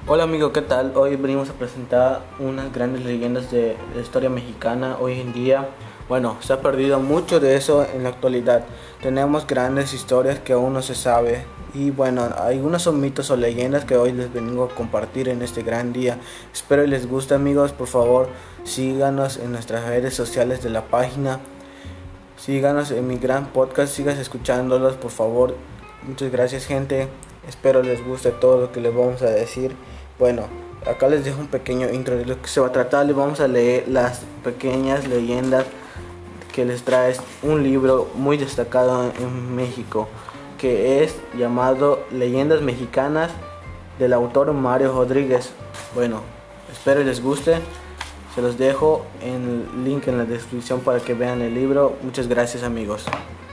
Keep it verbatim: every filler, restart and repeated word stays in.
Hola amigo, ¿qué tal? Hoy venimos a presentar unas grandes leyendas de la historia mexicana hoy en día. Bueno, se ha perdido mucho de eso en la actualidad. Tenemos grandes historias que aún no se sabe. Y bueno, algunos son mitos o leyendas que hoy les vengo a compartir en este gran día. Espero y les guste amigos, por favor síganos en nuestras redes sociales de la página. Síganos en mi gran podcast, sigas escuchándolos por favor. Muchas gracias gente, espero les guste todo lo que les vamos a decir. Bueno, acá les dejo un pequeño intro de lo que se va a tratar. Les vamos a leer las pequeñas leyendas que les trae un libro muy destacado en México, que es llamado Leyendas Mexicanas, del autor Mario Rodríguez. Bueno, espero les guste. Se los dejo en el link en la descripción para que vean el libro. Muchas gracias amigos.